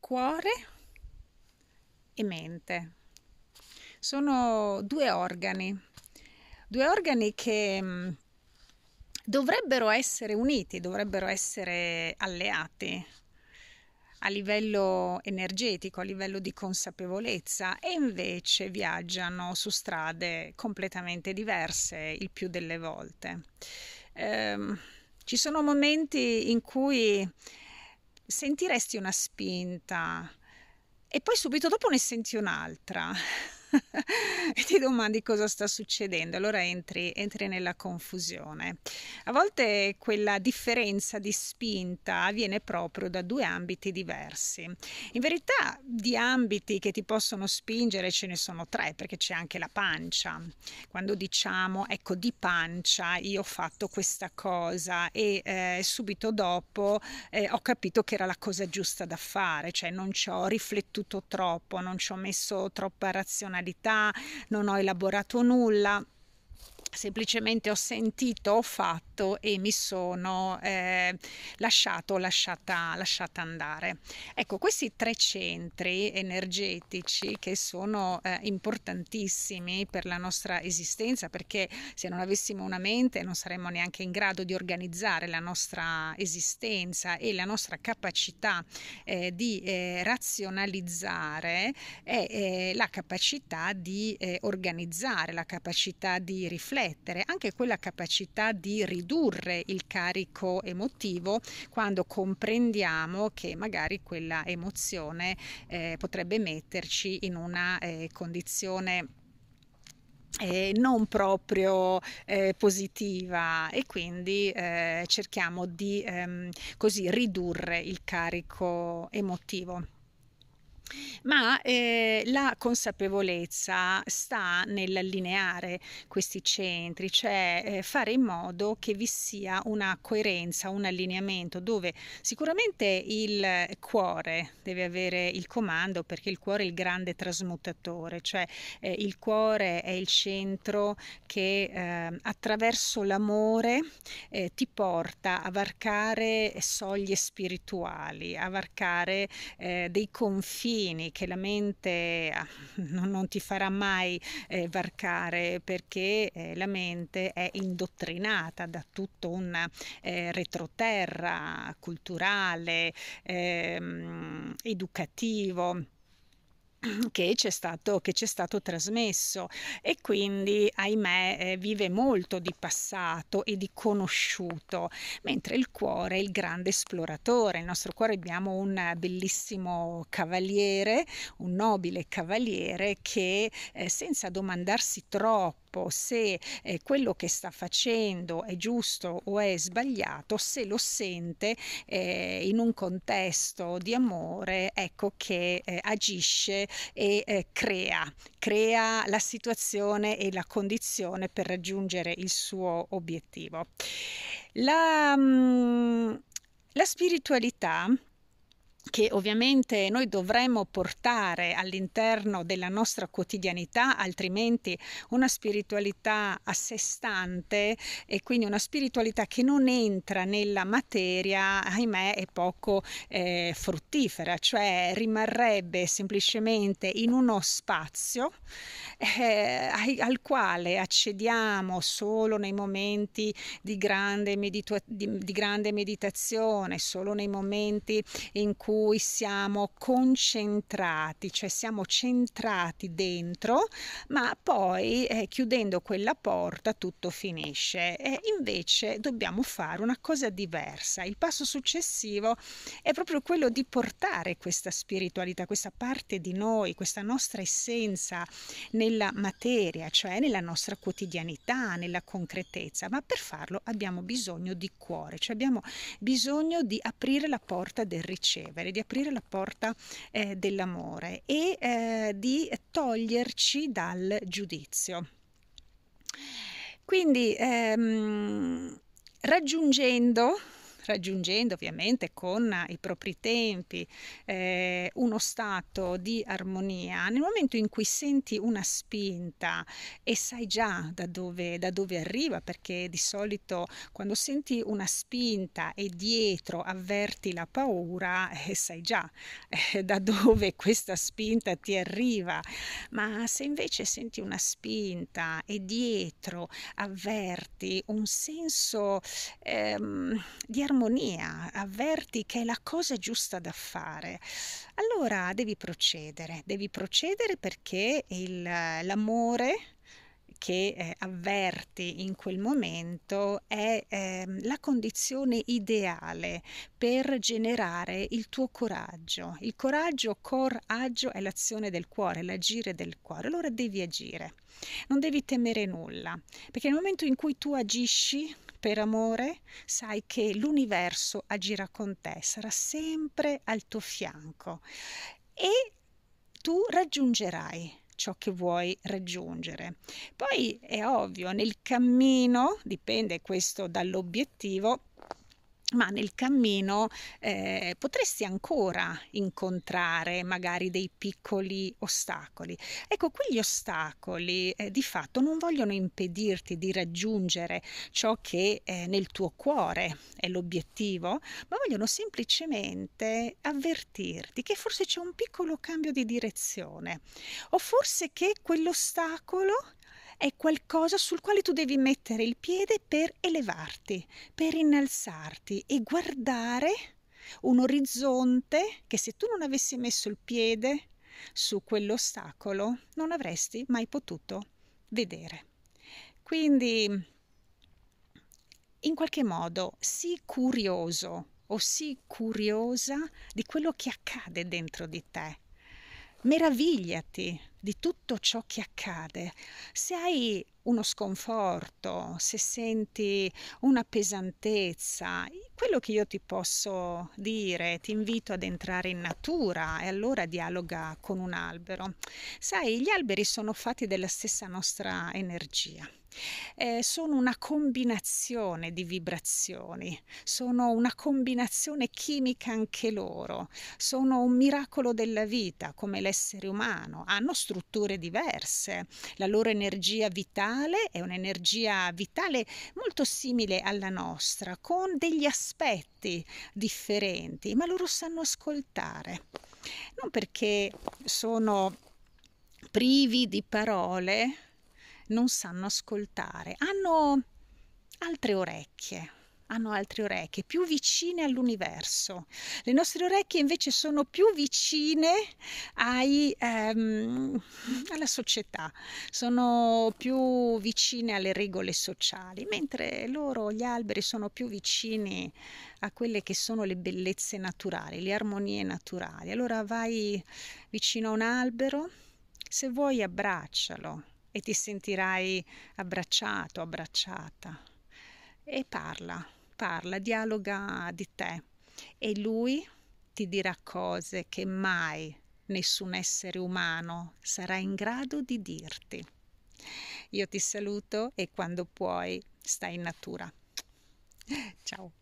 Cuore e mente. Sono due organi che dovrebbero essere uniti, dovrebbero essere alleati a livello energetico, a livello di consapevolezza, e invece viaggiano su strade completamente diverse il più delle volte. Ci sono momenti in cui sentiresti una spinta e poi subito dopo ne senti un'altra e ti domandi cosa sta succedendo, allora entri nella confusione. A volte quella differenza di spinta avviene proprio da due ambiti diversi. In verità di ambiti che ti possono spingere ce ne sono tre, perché c'è anche la pancia. Quando diciamo ecco, di pancia io ho fatto questa cosa e subito dopo ho capito che era la cosa giusta da fare, cioè non ci ho riflettuto troppo, non ci ho messo troppa razionalità, non ho elaborato nulla, semplicemente ho sentito, ho fatto e mi sono lasciata andare. Ecco, questi tre centri energetici che sono importantissimi per la nostra esistenza, perché se non avessimo una mente non saremmo neanche in grado di organizzare la nostra esistenza, e la nostra capacità di razionalizzare è la capacità di organizzare, la capacità di riflettere, anche quella capacità di ridurre il carico emotivo quando comprendiamo che magari quella emozione potrebbe metterci in una condizione non proprio positiva, e quindi cerchiamo di così ridurre il carico emotivo. Ma la consapevolezza sta nell'allineare questi centri, cioè fare in modo che vi sia una coerenza, un allineamento, dove sicuramente il cuore deve avere il comando, perché il cuore è il grande trasmutatore, cioè il cuore è il centro che attraverso l'amore ti porta a varcare soglie spirituali, a varcare dei confini che la mente non ti farà mai varcare, perché la mente è indottrinata da tutto un retroterra culturale, educativo, che ci è stato trasmesso, e quindi ahimè vive molto di passato e di conosciuto, mentre il cuore è il grande esploratore. Nel nostro cuore abbiamo un bellissimo cavaliere, un nobile cavaliere che senza domandarsi troppo se quello che sta facendo è giusto o è sbagliato, se lo sente in un contesto di amore, ecco che agisce e crea la situazione e la condizione per raggiungere il suo obiettivo. La spiritualità, che ovviamente noi dovremmo portare all'interno della nostra quotidianità, altrimenti una spiritualità a sé stante, e quindi una spiritualità che non entra nella materia, ahimè, è poco fruttifera, cioè rimarrebbe semplicemente in uno spazio al quale accediamo solo nei momenti di grande meditazione, solo nei momenti in cui siamo concentrati, cioè siamo centrati dentro, ma poi chiudendo quella porta tutto finisce. E invece dobbiamo fare una cosa diversa. Il passo successivo è proprio quello di portare questa spiritualità, questa parte di noi, questa nostra essenza nella materia, cioè nella nostra quotidianità, nella concretezza. Ma per farlo abbiamo bisogno di cuore, cioè abbiamo bisogno di aprire la porta del ricevere, di aprire la porta dell'amore e di toglierci dal giudizio. Quindi raggiungendo raggiungendo ovviamente con i propri tempi uno stato di armonia, nel momento in cui senti una spinta e sai già da dove arriva, perché di solito quando senti una spinta e dietro avverti la paura, sai già da dove questa spinta ti arriva. Ma se invece senti una spinta e dietro avverti un senso di armonia, avverti che è la cosa giusta da fare, allora devi procedere perché l'amore che avverti in quel momento è la condizione ideale per generare il tuo coraggio. Il coraggio, coraggio, è l'azione del cuore, l'agire del cuore. Allora devi agire, non devi temere nulla, perché nel momento in cui tu agisci per amore, sai che l'universo agirà con te, sarà sempre al tuo fianco e tu raggiungerai ciò che vuoi raggiungere. Poi è ovvio, nel cammino, dipende questo dall'obiettivo, ma nel cammino potresti ancora incontrare magari dei piccoli ostacoli. Ecco, quegli ostacoli di fatto non vogliono impedirti di raggiungere ciò che nel tuo cuore è l'obiettivo, ma vogliono semplicemente avvertirti che forse c'è un piccolo cambio di direzione o forse che quell'ostacolo è qualcosa sul quale tu devi mettere il piede per elevarti, per innalzarti e guardare un orizzonte che se tu non avessi messo il piede su quell'ostacolo non avresti mai potuto vedere. Quindi in qualche modo sii curioso o sii curiosa di quello che accade dentro di te. Meravigliati di tutto ciò che accade. Se hai uno sconforto, se senti una pesantezza, quello che io ti posso dire, ti invito ad entrare in natura e allora dialoga con un albero. Sai, gli alberi sono fatti della stessa nostra energia. Sono una combinazione di vibrazioni, sono una combinazione chimica anche loro, sono un miracolo della vita come l'essere umano, hanno strutture diverse, la loro energia vitale è un'energia vitale molto simile alla nostra, con degli aspetti differenti, ma loro sanno ascoltare, non perché sono privi di parole, non sanno ascoltare, hanno altre orecchie più vicine all'universo. Le nostre orecchie invece sono più vicine alla società, sono più vicine alle regole sociali, mentre loro, gli alberi, sono più vicini a quelle che sono le bellezze naturali, le armonie naturali. Allora vai vicino a un albero, se vuoi abbraccialo e ti sentirai abbracciato, abbracciata e parla, dialoga di te e lui ti dirà cose che mai nessun essere umano sarà in grado di dirti. Io ti saluto e quando puoi stai in natura. Ciao.